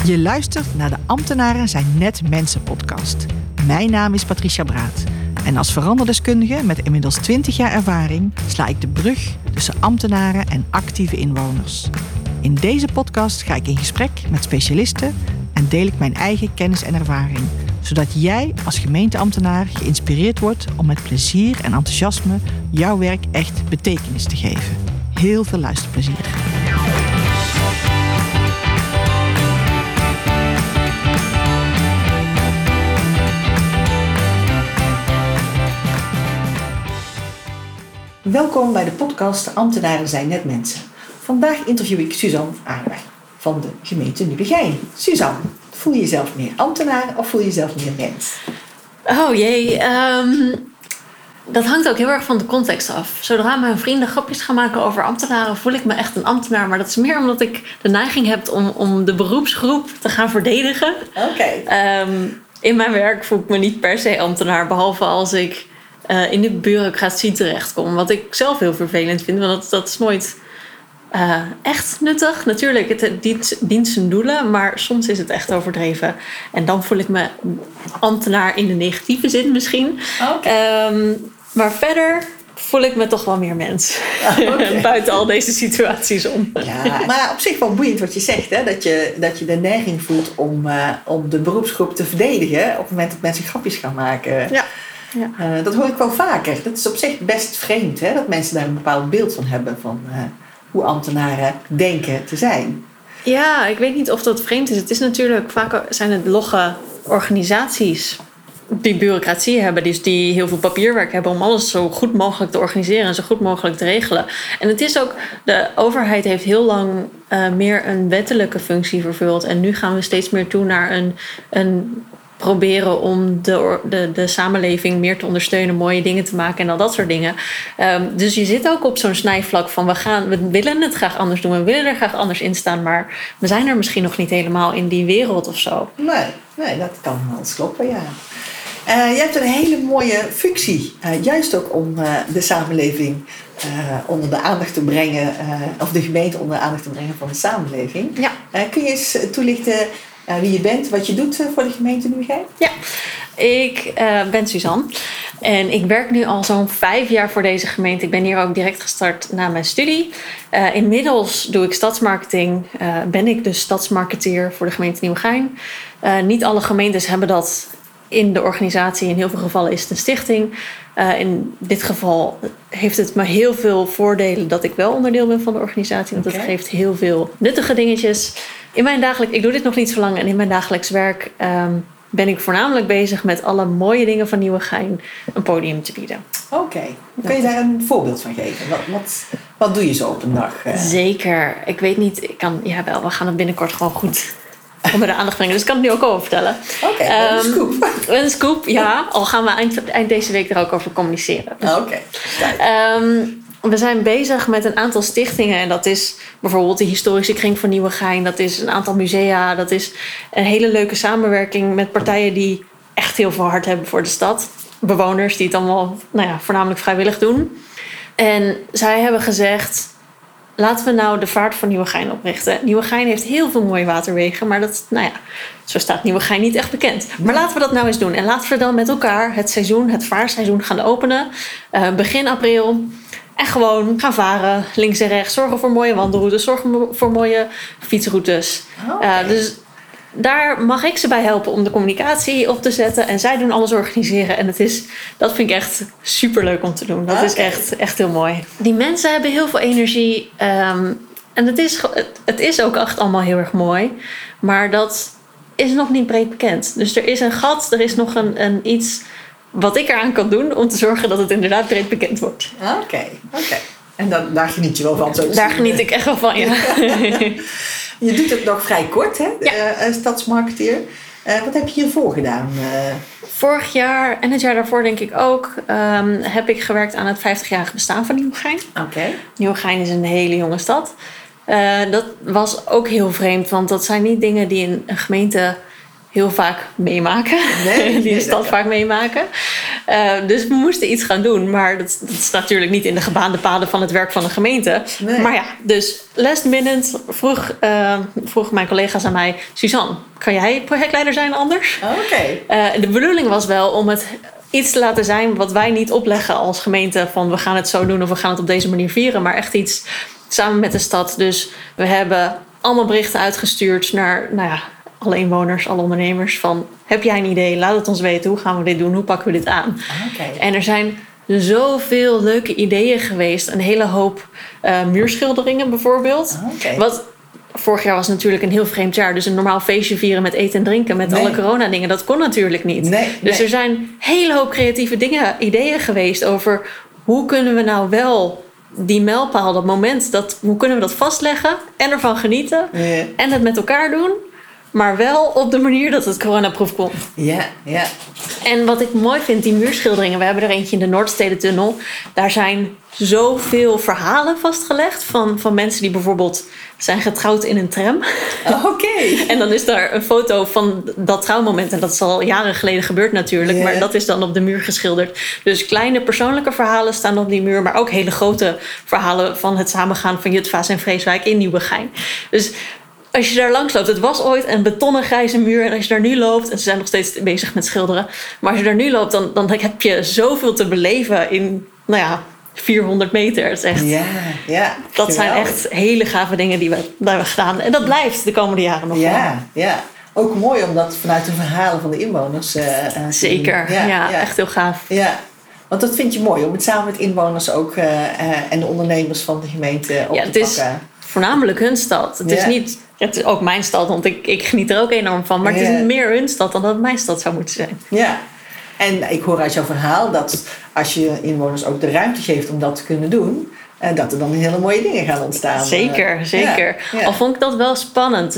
Je luistert naar de Ambtenaren zijn net mensen podcast. Mijn naam is Patricia Braat. En als veranderdeskundige met inmiddels 20 jaar ervaring sla ik de brug tussen ambtenaren en actieve inwoners. In deze podcast ga ik in gesprek met specialisten en deel ik mijn eigen kennis en ervaring. Zodat jij als gemeenteambtenaar geïnspireerd wordt om met plezier en enthousiasme jouw werk echt betekenis te geven. Heel veel luisterplezier. Welkom bij de podcast Ambtenaren zijn net mensen. Vandaag interview ik Suzanne Aarweg van de gemeente Nieuwegein. Suzanne, voel je jezelf meer ambtenaar of voel je jezelf meer mens? Oh jee, dat hangt ook heel erg van de context af. Zodra mijn vrienden grapjes gaan maken over ambtenaren, voel ik me echt een ambtenaar. Maar dat is meer omdat ik de neiging heb om de beroepsgroep te gaan verdedigen. Oké. In mijn werk voel ik me niet per se ambtenaar, behalve als ik in de bureaucratie terechtkom. Wat ik zelf heel vervelend vind, want dat is nooit echt nuttig. Natuurlijk, het dient zijn doelen, maar soms is het echt overdreven. En dan voel ik me ambtenaar in de negatieve zin misschien. Okay. Maar verder voel ik me toch wel meer mens. Okay. Buiten al deze situaties om. Ja, maar op zich wel boeiend wat je zegt. Hè? Dat je de neiging voelt om de beroepsgroep te verdedigen op het moment dat mensen grapjes gaan maken. Ja. Ja. Dat hoor ik wel vaker. Dat is op zich best vreemd, hè? Dat mensen daar een bepaald beeld van hebben van hoe ambtenaren denken te zijn. Ja, ik weet niet of dat vreemd is. Het is natuurlijk, vaak zijn het logge organisaties die bureaucratie hebben, die heel veel papierwerk hebben om alles zo goed mogelijk te organiseren en zo goed mogelijk te regelen. En het is ook, de overheid heeft heel lang meer een wettelijke functie vervuld. En nu gaan we steeds meer toe naar een proberen om de samenleving meer te ondersteunen, mooie dingen te maken en al dat soort dingen. Dus je zit ook op zo'n snijvlak van we willen het graag anders doen, we willen er graag anders in staan, maar we zijn er misschien nog niet helemaal in die wereld of zo. Nee, dat kan wel eens kloppen, ja. Je hebt een hele mooie functie, juist ook om de samenleving onder de aandacht te brengen, of de gemeente onder de aandacht te brengen van de samenleving. Ja. Kun je eens toelichten wie je bent, wat je doet voor de gemeente Nieuwegein? Ja, ik ben Suzanne en ik werk nu al zo'n 5 jaar voor deze gemeente. Ik ben hier ook direct gestart na mijn studie. Inmiddels doe ik stadsmarketing, ben ik dus stadsmarketeer voor de gemeente Nieuwegein. Niet alle gemeentes hebben dat in de organisatie. In heel veel gevallen is het een stichting. In dit geval heeft het me heel veel voordelen dat ik wel onderdeel ben van de organisatie. Want het geeft heel veel nuttige dingetjes. Ik doe dit nog niet zo lang. En in mijn dagelijks werk ben ik voornamelijk bezig met alle mooie dingen van Nieuwegein een podium te bieden. Oké. Kun je daar een voorbeeld van geven? Wat doe je zo op een dag? Zeker. Ik weet niet. We gaan het binnenkort gewoon goed onder de aandacht brengen. Dus ik kan het nu ook al vertellen. Oké, een scoop. Een scoop, ja. Al gaan we eind deze week er ook over communiceren. Dus, Oké. We zijn bezig met een aantal stichtingen. En dat is bijvoorbeeld de Historische Kring van Nieuwegein. Dat is een aantal musea. Dat is een hele leuke samenwerking met partijen die echt heel veel hart hebben voor de stad. Bewoners die het allemaal voornamelijk vrijwillig doen. En zij hebben gezegd, laten we nou de vaart van Nieuwegein oprichten. Nieuwegein heeft heel veel mooie waterwegen, maar zo staat Nieuwegein niet echt bekend. Maar laten we dat nou eens doen. En laten we dan met elkaar het vaarseizoen gaan openen. Begin april. En gewoon gaan varen, links en rechts. Zorgen voor mooie wandelroutes, zorgen voor mooie fietsroutes. Dus daar mag ik ze bij helpen om de communicatie op te zetten. En zij doen alles organiseren. En dat vind ik echt superleuk om te doen. Dat is echt heel mooi. Die mensen hebben heel veel energie. En het is ook echt allemaal heel erg mooi. Maar dat is nog niet breed bekend. Dus er is een gat, er is nog een iets wat ik eraan kan doen om te zorgen dat het inderdaad breed bekend wordt. Oké. En daar geniet je wel van? Daar geniet ik echt wel van, ja. Je doet het nog vrij kort, hè? Ja. Stadsmarketeer. Wat heb je hiervoor gedaan? Vorig jaar en het jaar daarvoor denk ik ook heb ik gewerkt aan het 50-jarige bestaan van Nieuwegein. Oké. Nieuwegein is een hele jonge stad. Dat was ook heel vreemd, want dat zijn niet dingen die een gemeente heel vaak meemaken. Nee, die de stad vaak meemaken. Dus we moesten iets gaan doen. Maar dat is natuurlijk niet in de gebaande paden van het werk van de gemeente. Nee. Maar ja, dus last minute vroeg mijn collega's aan mij... Suzanne, kan jij projectleider zijn anders? Oké. De bedoeling was wel om het iets te laten zijn wat wij niet opleggen als gemeente. Van we gaan het zo doen of we gaan het op deze manier vieren. Maar echt iets samen met de stad. Dus we hebben allemaal berichten uitgestuurd naar alle inwoners, alle ondernemers. Van heb jij een idee? Laat het ons weten. Hoe gaan we dit doen? Hoe pakken we dit aan? Oké. En er zijn zoveel leuke ideeën geweest. Een hele hoop muurschilderingen bijvoorbeeld. Oké. Wat vorig jaar was natuurlijk een heel vreemd jaar. Dus een normaal feestje vieren met eten en drinken. Met alle coronadingen. Dat kon natuurlijk niet. Dus er zijn een hele hoop creatieve ideeën geweest over hoe kunnen we nou wel die mijlpaal, dat moment, hoe kunnen we dat vastleggen en ervan genieten en het met elkaar doen, maar wel op de manier dat het coronaproof kon. Ja. En wat ik mooi vind, die muurschilderingen, we hebben er eentje in de Noordstedentunnel, daar zijn zoveel verhalen vastgelegd van mensen die bijvoorbeeld zijn getrouwd in een tram. Oké. En dan is daar een foto van dat trouwmoment. En dat is al jaren geleden gebeurd natuurlijk. Maar dat is dan op de muur geschilderd. Dus kleine persoonlijke verhalen staan op die muur. Maar ook hele grote verhalen van het samengaan van Jutphaas en Vreeswijk in Nieuwegein. Dus als je daar langs loopt, het was ooit een betonnen grijze muur. En als je daar nu loopt, en ze zijn nog steeds bezig met schilderen. Maar als je daar nu loopt, dan heb je zoveel te beleven in, 400 meter. Dat is echt, dat zijn echt hele gave dingen die we hebben gedaan. En dat blijft de komende jaren nog wel. Ja. Ook mooi om dat vanuit de verhalen van de inwoners Zeker, echt heel gaaf. Ja, want dat vind je mooi om het samen met inwoners ook en de ondernemers van de gemeente op te pakken. Het is voornamelijk hun stad. Het is niet, het is ook mijn stad, want ik geniet er ook enorm van. Maar het is meer hun stad dan dat het mijn stad zou moeten zijn. Ja. En ik hoor uit jouw verhaal dat als je inwoners ook de ruimte geeft om dat te kunnen doen, dat er dan hele mooie dingen gaan ontstaan. Zeker. Ja. Al vond ik dat wel spannend.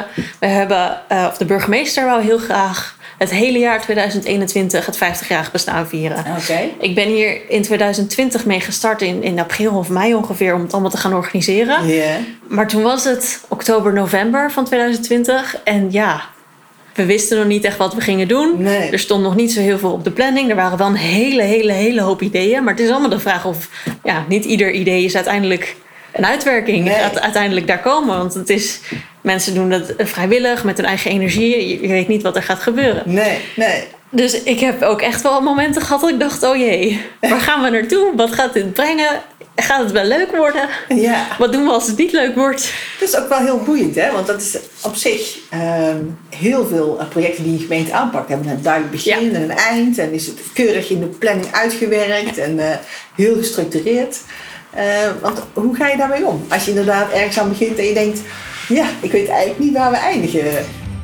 De burgemeester wou heel graag het hele jaar 2021 het 50-jarig bestaan vieren. Okay. Ik ben hier in 2020 mee gestart in april of mei ongeveer om het allemaal te gaan organiseren. Yeah. Maar toen was het oktober, november van 2020 en we wisten nog niet echt wat we gingen doen. Nee. Er stond nog niet zo heel veel op de planning. Er waren wel een hele hoop ideeën. Maar het is allemaal de vraag of niet ieder idee is uiteindelijk een uitwerking. Nee. Gaat uiteindelijk daar komen. Want het is, mensen doen dat vrijwillig met hun eigen energie. Je weet niet wat er gaat gebeuren. Nee. Dus ik heb ook echt wel momenten gehad dat ik dacht, oh jee, waar gaan we naartoe? Wat gaat dit brengen? Gaat het wel leuk worden? Ja. Wat doen we als het niet leuk wordt? Het is ook wel heel boeiend, hè? Want dat is op zich heel veel projecten die een gemeente aanpakt hebben een duidelijk begin en een eind. En is het keurig in de planning uitgewerkt en heel gestructureerd. Want hoe ga je daarmee om? Als je inderdaad ergens aan begint en je denkt, ik weet eigenlijk niet waar we eindigen.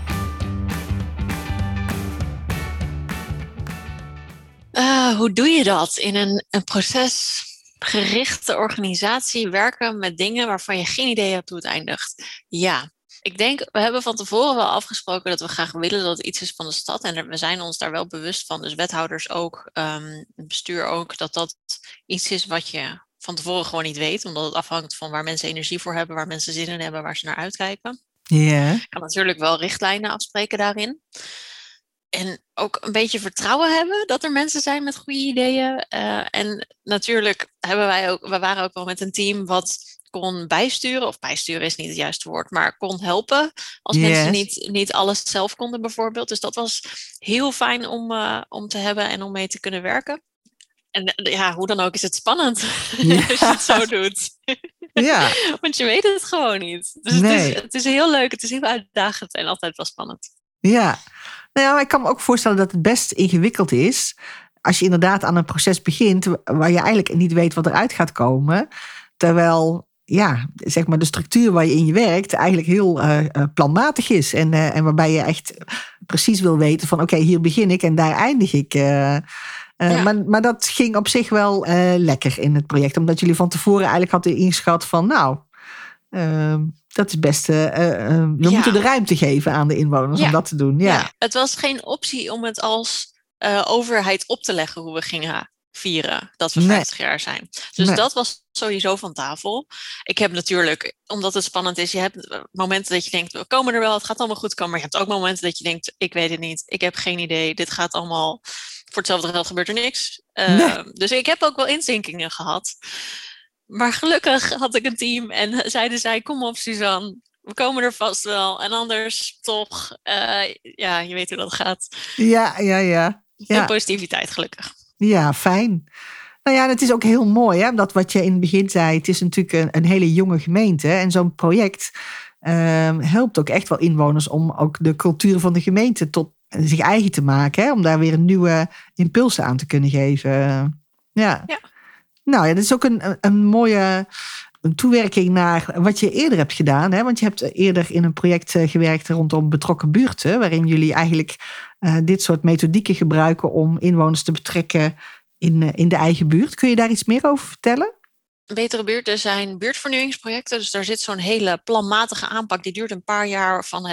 Hoe doe je dat in een procesgerichte organisatie, werken met dingen waarvan je geen idee hebt hoe het eindigt? Ja, ik denk, we hebben van tevoren wel afgesproken dat we graag willen dat het iets is van de stad. En we zijn ons daar wel bewust van, dus wethouders ook, het bestuur ook, dat iets is wat je van tevoren gewoon niet weet. Omdat het afhangt van waar mensen energie voor hebben, waar mensen zin in hebben, waar ze naar uitkijken. Je kan natuurlijk wel richtlijnen afspreken daarin. En ook een beetje vertrouwen hebben dat er mensen zijn met goede ideeën. En natuurlijk we waren ook wel met een team wat kon bijsturen. Of bijsturen is niet het juiste woord, maar kon helpen. Als mensen niet alles zelf konden bijvoorbeeld. Dus dat was heel fijn om te hebben en om mee te kunnen werken. En hoe dan ook is het spannend als je het zo doet. Ja. Want je weet het gewoon niet. Dus het is heel leuk, het is heel uitdagend en altijd wel spannend. Ja. Nou ja, ik kan me ook voorstellen dat het best ingewikkeld is als je inderdaad aan een proces begint waar je eigenlijk niet weet wat eruit gaat komen. Terwijl, zeg maar de structuur waar je in je werkt eigenlijk heel planmatig is. En waarbij je echt precies wil weten van oké, hier begin ik en daar eindig ik. Maar dat ging op zich wel lekker in het project. Omdat jullie van tevoren eigenlijk hadden ingeschat van dat is best. We moeten de ruimte geven aan de inwoners om dat te doen. Ja. Het was geen optie om het als overheid op te leggen hoe we gingen vieren dat we Nee. 50 jaar zijn. Dus Nee. dat was sowieso van tafel. Ik heb natuurlijk, omdat het spannend is, je hebt momenten dat je denkt, we komen er wel, het gaat allemaal goed komen. Maar je hebt ook momenten dat je denkt, ik weet het niet, ik heb geen idee, dit gaat allemaal, voor hetzelfde geld gebeurt er niks. Nee. Dus ik heb ook wel inzinkingen gehad. Maar gelukkig had ik een team en zeiden zij, kom op Suzanne, we komen er vast wel. En anders toch, je weet hoe dat gaat. Ja. Veel positiviteit, gelukkig. Ja, fijn. Nou ja, het is ook heel mooi, hè? Omdat wat je in het begin zei, het is natuurlijk een hele jonge gemeente. En zo'n project helpt ook echt wel inwoners om ook de cultuur van de gemeente tot zich eigen te maken. Hè? Om daar weer een nieuwe impulsen aan te kunnen geven. Ja. Nou ja, dat is ook een mooie toewerking naar wat je eerder hebt gedaan. Hè? Want je hebt eerder in een project gewerkt rondom betrokken buurten, waarin jullie eigenlijk dit soort methodieken gebruiken om inwoners te betrekken in de eigen buurt. Kun je daar iets meer over vertellen? Betere buurten zijn buurtvernieuwingsprojecten. Dus daar zit zo'n hele planmatige aanpak. Die duurt een paar jaar van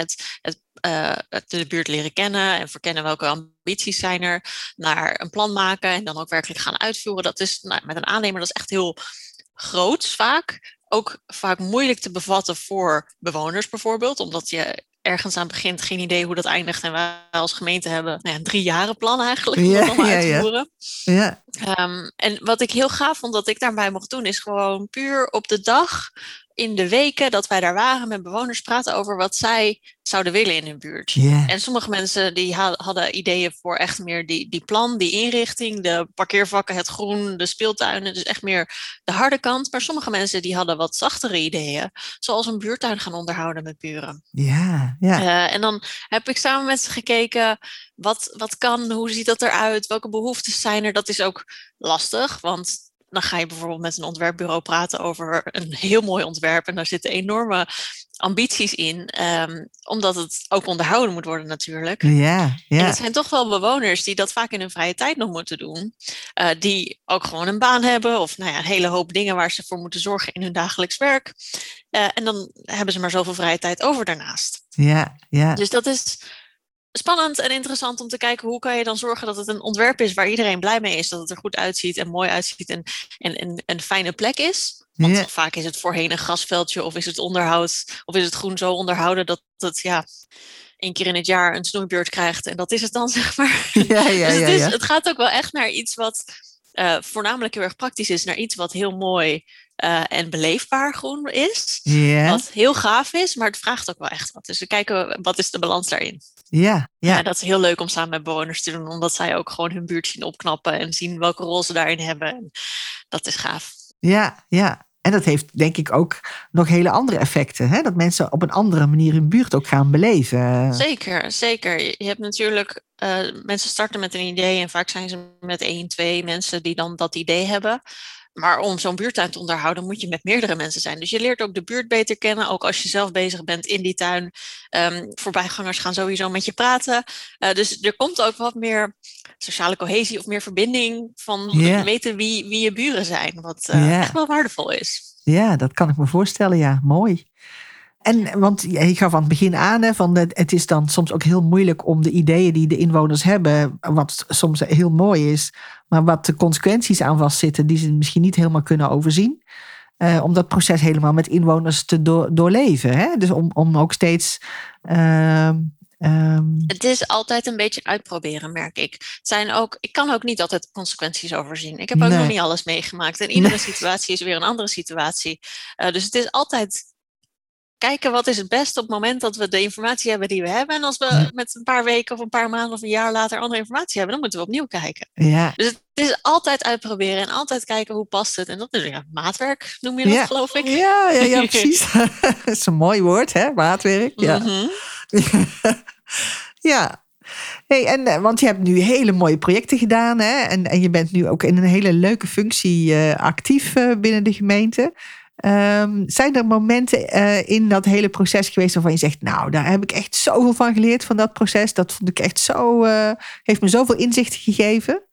de buurt leren kennen en verkennen welke ambities zijn er, naar een plan maken en dan ook werkelijk gaan uitvoeren. Dat is met een aannemer, dat is echt heel groots vaak. Ook vaak moeilijk te bevatten voor bewoners bijvoorbeeld, omdat je ergens aan begint, geen idee hoe dat eindigt. En wij als gemeente hebben een 3-jaren plan eigenlijk om dat allemaal uit te voeren. Ja. En wat ik heel gaaf vond dat ik daarbij mocht doen, is gewoon puur op de dag, in de weken dat wij daar waren, met bewoners praten over wat zij zouden willen in hun buurt. Yeah. En sommige mensen die hadden ideeën voor echt meer die plan, die inrichting, de parkeervakken, het groen, de speeltuinen. Dus echt meer de harde kant. Maar sommige mensen die hadden wat zachtere ideeën. Zoals een buurtuin gaan onderhouden met buren. Ja. En dan heb ik samen met ze gekeken, wat kan, hoe ziet dat eruit? Welke behoeftes zijn er? Dat is ook lastig, want dan ga je bijvoorbeeld met een ontwerpbureau praten over een heel mooi ontwerp. En daar zitten enorme ambities in. Omdat het ook onderhouden moet worden natuurlijk. Ja. En het zijn toch wel bewoners die dat vaak in hun vrije tijd nog moeten doen. Die ook gewoon een baan hebben. Of een hele hoop dingen waar ze voor moeten zorgen in hun dagelijks werk. En dan hebben ze maar zoveel vrije tijd over daarnaast. Ja. Dus dat is spannend en interessant om te kijken hoe kan je dan zorgen dat het een ontwerp is waar iedereen blij mee is. Dat het er goed uitziet en mooi uitziet en een fijne plek is. Want vaak is het voorheen een grasveldje of is het onderhoud of is het groen zo onderhouden dat het 1 keer in het jaar een snoeibeurt krijgt en dat is het dan, zeg maar. Dus het gaat ook wel echt naar iets wat voornamelijk heel erg praktisch is, naar iets wat heel mooi en beleefbaar groen is. Wat heel gaaf is, maar het vraagt ook wel echt wat. Dus we kijken, wat is de balans daarin? Ja, dat is heel leuk om samen met bewoners te doen, omdat zij ook gewoon hun buurt zien opknappen en zien welke rol ze daarin hebben. En dat is gaaf. Ja. En dat heeft denk ik ook nog hele andere effecten. Hè? Dat mensen op een andere manier hun buurt ook gaan beleven. Zeker. Je hebt natuurlijk, mensen starten met een idee en vaak zijn ze met 1, 2 mensen die dan dat idee hebben. Maar om zo'n buurtuin te onderhouden moet je met meerdere mensen zijn. Dus je leert ook de buurt beter kennen. Ook als je zelf bezig bent in die tuin. Voorbijgangers gaan sowieso met je praten. Dus er komt ook wat meer sociale cohesie of meer verbinding van weten wie je buren zijn. Wat echt wel waardevol is. Ja, dat kan ik me voorstellen. Ja, mooi. En want je gaf aan het begin aan, hè, van het is dan soms ook heel moeilijk om de ideeën die de inwoners hebben, wat soms heel mooi is, maar wat de consequenties aan vastzitten, die ze misschien niet helemaal kunnen overzien. Om dat proces helemaal met inwoners te doorleven. Hè? Dus om ook steeds. Het is altijd een beetje uitproberen, merk ik. Ik kan ook niet altijd consequenties overzien. Ik heb ook nog niet alles meegemaakt. En iedere situatie is weer een andere situatie. Dus het is altijd kijken wat is het beste op het moment dat we de informatie hebben die we hebben. En als we met een paar weken of een paar maanden of een jaar later andere informatie hebben, dan moeten we opnieuw kijken. Ja. Dus het is altijd uitproberen en altijd kijken hoe past het. En dat is maatwerk, noem je dat, geloof ik. Ja, precies. Dat is een mooi woord, hè? Maatwerk. Ja. Mm-hmm. Ja. Hey, want je hebt nu hele mooie projecten gedaan, hè? En je bent nu ook in een hele leuke functie actief binnen de gemeente. Zijn er momenten in dat hele proces geweest waarvan je zegt, nou, daar heb ik echt zoveel van geleerd van dat proces. Dat vond ik echt zo, heeft me zoveel inzichten gegeven.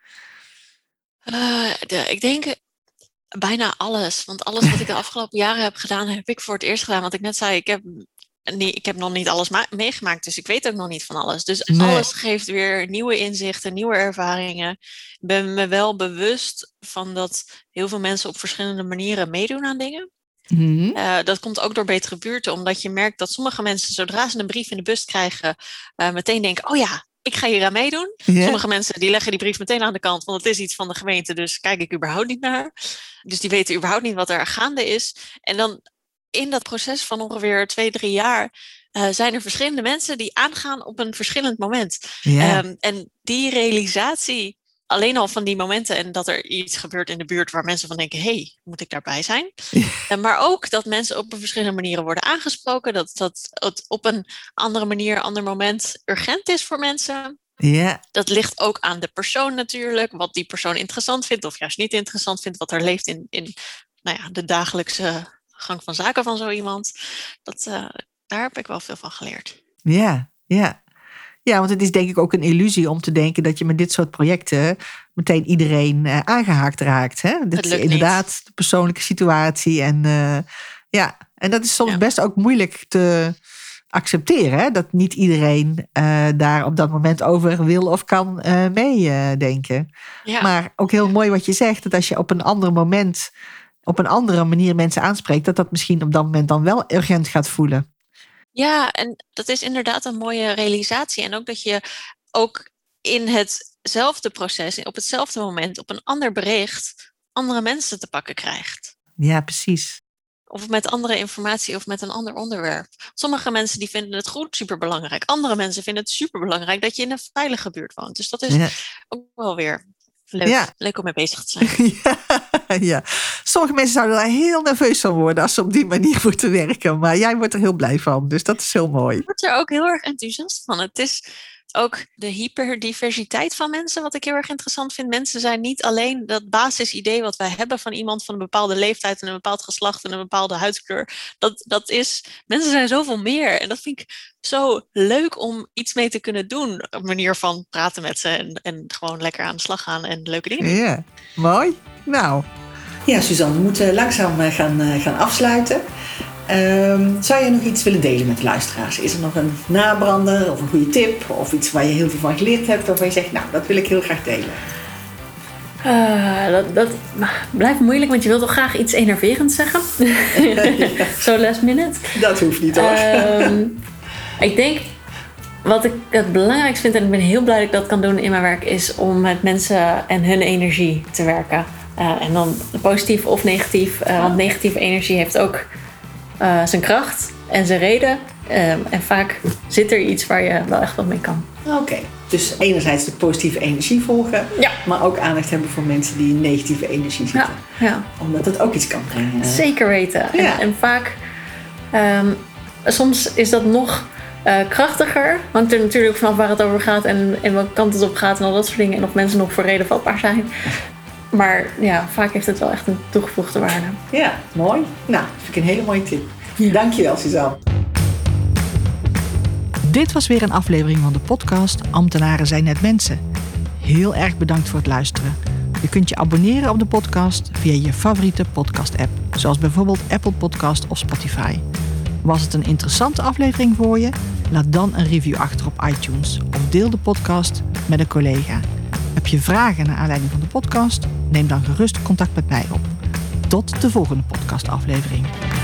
Ik denk bijna alles. Want alles wat ik de afgelopen jaren heb gedaan, heb ik voor het eerst gedaan. Wat ik net zei, ik heb Nee, ik heb nog niet alles meegemaakt, dus ik weet ook nog niet van alles. Dus Nee. alles geeft weer nieuwe inzichten, nieuwe ervaringen. Ik ben me wel bewust van dat heel veel mensen op verschillende manieren meedoen aan dingen. Dat komt ook door Betere Buurten, omdat je merkt dat sommige mensen, zodra ze een brief in de bus krijgen, meteen denken, oh ja, ik ga hier aan meedoen. Ja. Sommige mensen die leggen die brief meteen aan de kant, want het is iets van de gemeente, dus kijk ik überhaupt niet naar. Dus die weten überhaupt niet wat er gaande is. En dan in dat proces van ongeveer 2-3 jaar zijn er verschillende mensen die aangaan op een verschillend moment. Ja. En die realisatie, alleen al van die momenten en dat er iets gebeurt in de buurt waar mensen van denken, hey, moet ik daarbij zijn? Maar ook dat mensen op verschillende manieren worden aangesproken, dat het op een andere manier, ander moment urgent is voor mensen. Ja. Dat ligt ook aan de persoon natuurlijk, wat die persoon interessant vindt of juist niet interessant vindt, wat er leeft in de dagelijkse gang van zaken van zo iemand. Daar heb ik wel veel van geleerd. Ja. Ja, want het is denk ik ook een illusie om te denken dat je met dit soort projecten meteen iedereen aangehaakt raakt. Hè? Dat is inderdaad niet de persoonlijke situatie. En en dat is soms best ook moeilijk te accepteren. Hè? Dat niet iedereen daar op dat moment over wil of kan meedenken. Ja. Maar ook heel mooi wat je zegt, dat als je op een ander moment, op een andere manier mensen aanspreekt, dat misschien op dat moment dan wel urgent gaat voelen. Ja, en dat is inderdaad een mooie realisatie. En ook dat je ook in hetzelfde proces, op hetzelfde moment, op een ander bericht, andere mensen te pakken krijgt. Ja, precies. Of met andere informatie of met een ander onderwerp. Sommige mensen die vinden het goed superbelangrijk. Andere mensen vinden het superbelangrijk dat je in een veilige buurt woont. Dus dat is ook wel weer leuk om mee bezig te zijn. Ja. Sommige mensen zouden daar heel nerveus van worden als ze op die manier moeten werken. Maar jij wordt er heel blij van, dus dat is heel mooi. Ik word er ook heel erg enthousiast van. Het is ook de hyperdiversiteit van mensen wat ik heel erg interessant vind. Mensen zijn niet alleen dat basisidee wat wij hebben van iemand van een bepaalde leeftijd en een bepaald geslacht en een bepaalde huidskleur. Mensen zijn zoveel meer. En dat vind ik zo leuk om iets mee te kunnen doen. Een manier van praten met ze en gewoon lekker aan de slag gaan en leuke dingen doen. Ja, mooi. Nou. Ja, Suzanne, we moeten langzaam gaan afsluiten. Zou je nog iets willen delen met de luisteraars? Is er nog een nabrander of een goede tip? Of iets waar je heel veel van geleerd hebt waarvan je zegt, nou, dat wil ik heel graag delen? Dat blijft moeilijk, want je wilt toch graag iets enerverends zeggen? Zo last minute. Dat hoeft niet hoor. Ik denk, wat ik het belangrijkste vind, en ik ben heel blij dat ik dat kan doen in mijn werk, is om met mensen en hun energie te werken. En dan positief of negatief. Want negatieve energie heeft ook zijn kracht en zijn reden. En vaak zit er iets waar je wel echt wat mee kan. Oké. Dus enerzijds de positieve energie volgen. Ja. Maar ook aandacht hebben voor mensen die in negatieve energie zitten. Ja. Omdat het ook iets kan brengen. Zeker weten. Ja. En vaak, soms is dat nog krachtiger. Hangt er natuurlijk vanaf waar het over gaat en welke kant het op gaat en al dat soort dingen. En of mensen nog voor reden vatbaar zijn. Maar ja, vaak heeft het wel echt een toegevoegde waarde. Ja, mooi. Nou, dat vind ik een hele mooie tip. Ja. Dankjewel, Suzanne. Dit was weer een aflevering van de podcast Ambtenaren zijn net mensen. Heel erg bedankt voor het luisteren. Je kunt je abonneren op de podcast via je favoriete podcast-app, zoals bijvoorbeeld Apple Podcast of Spotify. Was het een interessante aflevering voor je? Laat dan een review achter op iTunes of deel de podcast met een collega. Heb je vragen naar aanleiding van de podcast? Neem dan gerust contact met mij op. Tot de volgende podcastaflevering.